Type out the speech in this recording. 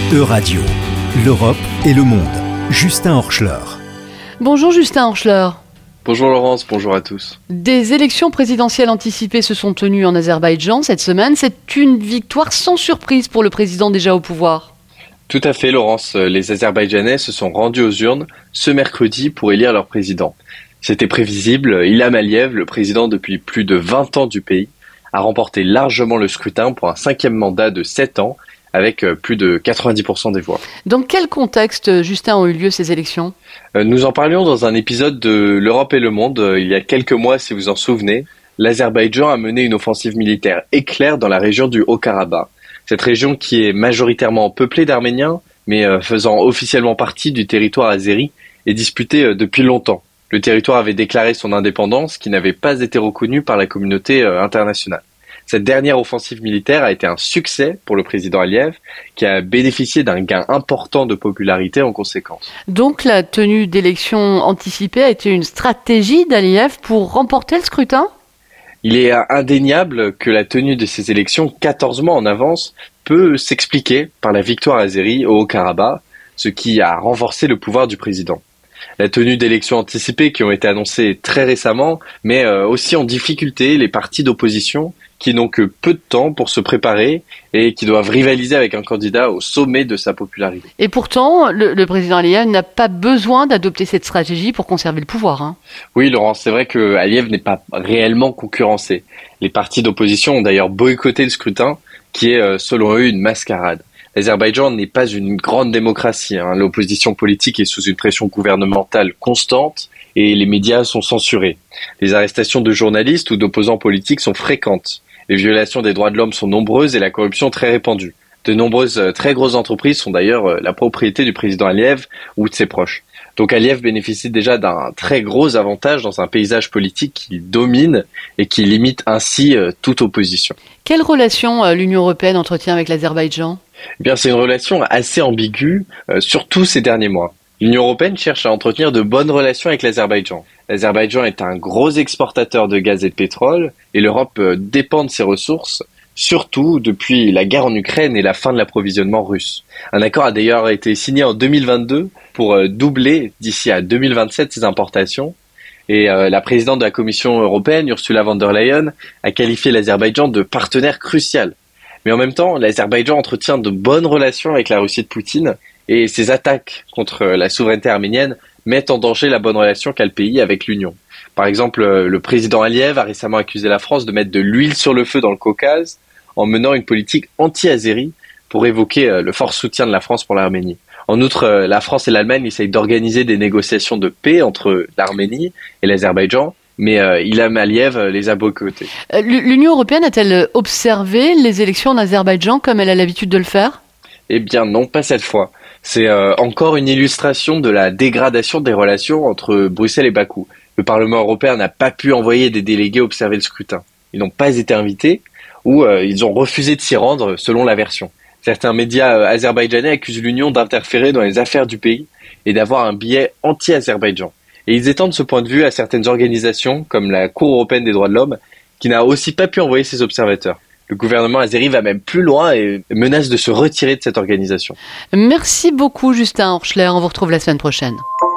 E-Radio, l'Europe et le monde. Justin Horschler. Bonjour Justin Horschler. Bonjour Laurence, bonjour à tous. Des élections présidentielles anticipées se sont tenues en Azerbaïdjan cette semaine. C'est une victoire sans surprise pour le président déjà au pouvoir. Tout à fait Laurence, les Azerbaïdjanais se sont rendus aux urnes ce mercredi pour élire leur président. C'était prévisible, Ilham Aliyev, le président depuis plus de 20 ans du pays, a remporté largement le scrutin pour un 5e mandat de 7 ans avec plus de 90% des voix. Dans quel contexte, Justin, ont eu lieu ces élections ? Nous en parlions dans un épisode de l'Europe et le monde il y a quelques mois, si vous en souvenez. L'Azerbaïdjan a mené une offensive militaire éclair dans la région du Haut-Karabakh. Cette région qui est majoritairement peuplée d'Arméniens, mais faisant officiellement partie du territoire azéri, est disputée depuis longtemps. Le territoire avait déclaré son indépendance qui n'avait pas été reconnue par la communauté internationale. Cette dernière offensive militaire a été un succès pour le président Aliyev, qui a bénéficié d'un gain important de popularité en conséquence. Donc la tenue d'élections anticipées a été une stratégie d'Aliyev pour remporter le scrutin ? Il est indéniable que la tenue de ces élections 14 mois en avance peut s'expliquer par la victoire azérie au Haut-Karabakh, ce qui a renforcé le pouvoir du président. La tenue d'élections anticipées qui ont été annoncées très récemment met aussi en difficulté les partis d'opposition qui n'ont que peu de temps pour se préparer et qui doivent rivaliser avec un candidat au sommet de sa popularité. Et pourtant, le président Aliyev n'a pas besoin d'adopter cette stratégie pour conserver le pouvoir. Oui, Laurent, c'est vrai que Aliyev n'est pas réellement concurrencé. Les partis d'opposition ont d'ailleurs boycotté le scrutin, qui est selon eux une mascarade. L'Azerbaïdjan n'est pas une grande démocratie. L'opposition politique est sous une pression gouvernementale constante et les médias sont censurés. Les arrestations de journalistes ou d'opposants politiques sont fréquentes. Les violations des droits de l'homme sont nombreuses et la corruption très répandue. De nombreuses très grosses entreprises sont d'ailleurs la propriété du président Aliyev ou de ses proches. Donc Aliyev bénéficie déjà d'un très gros avantage dans un paysage politique qui domine et qui limite ainsi toute opposition. Quelle relation l'Union européenne entretient avec l'Azerbaïdjan ? Eh bien, c'est une relation assez ambiguë, surtout ces derniers mois. L'Union européenne cherche à entretenir de bonnes relations avec l'Azerbaïdjan. L'Azerbaïdjan est un gros exportateur de gaz et de pétrole et l'Europe dépend de ses ressources, surtout depuis la guerre en Ukraine et la fin de l'approvisionnement russe. Un accord a d'ailleurs été signé en 2022 pour doubler d'ici à 2027 ses importations. Et la présidente de la Commission européenne, Ursula von der Leyen, a qualifié l'Azerbaïdjan de partenaire crucial. Mais en même temps, l'Azerbaïdjan entretient de bonnes relations avec la Russie de Poutine et ses attaques contre la souveraineté arménienne mettent en danger la bonne relation qu'a le pays avec l'Union. Par exemple, le président Aliyev a récemment accusé la France de mettre de l'huile sur le feu dans le Caucase en menant une politique anti-azérie pour évoquer le fort soutien de la France pour l'Arménie. En outre, la France et l'Allemagne essayent d'organiser des négociations de paix entre l'Arménie et l'Azerbaïdjan, mais Ilham Aliyev les a boycottés. L'Union européenne a-t-elle observé les élections en Azerbaïdjan comme elle a l'habitude de le faire ? Eh bien non, pas cette fois. C'est encore une illustration de la dégradation des relations entre Bruxelles et Bakou. Le Parlement européen n'a pas pu envoyer des délégués observer le scrutin. Ils n'ont pas été invités ou ils ont refusé de s'y rendre selon la version. Certains médias azerbaïdjanais accusent l'Union d'interférer dans les affaires du pays et d'avoir un biais anti-Azerbaïdjan. Et ils étendent ce point de vue à certaines organisations, comme la Cour européenne des droits de l'homme, qui n'a aussi pas pu envoyer ses observateurs. Le gouvernement azéri va même plus loin et menace de se retirer de cette organisation. Merci beaucoup Justin Horschler, on vous retrouve la semaine prochaine.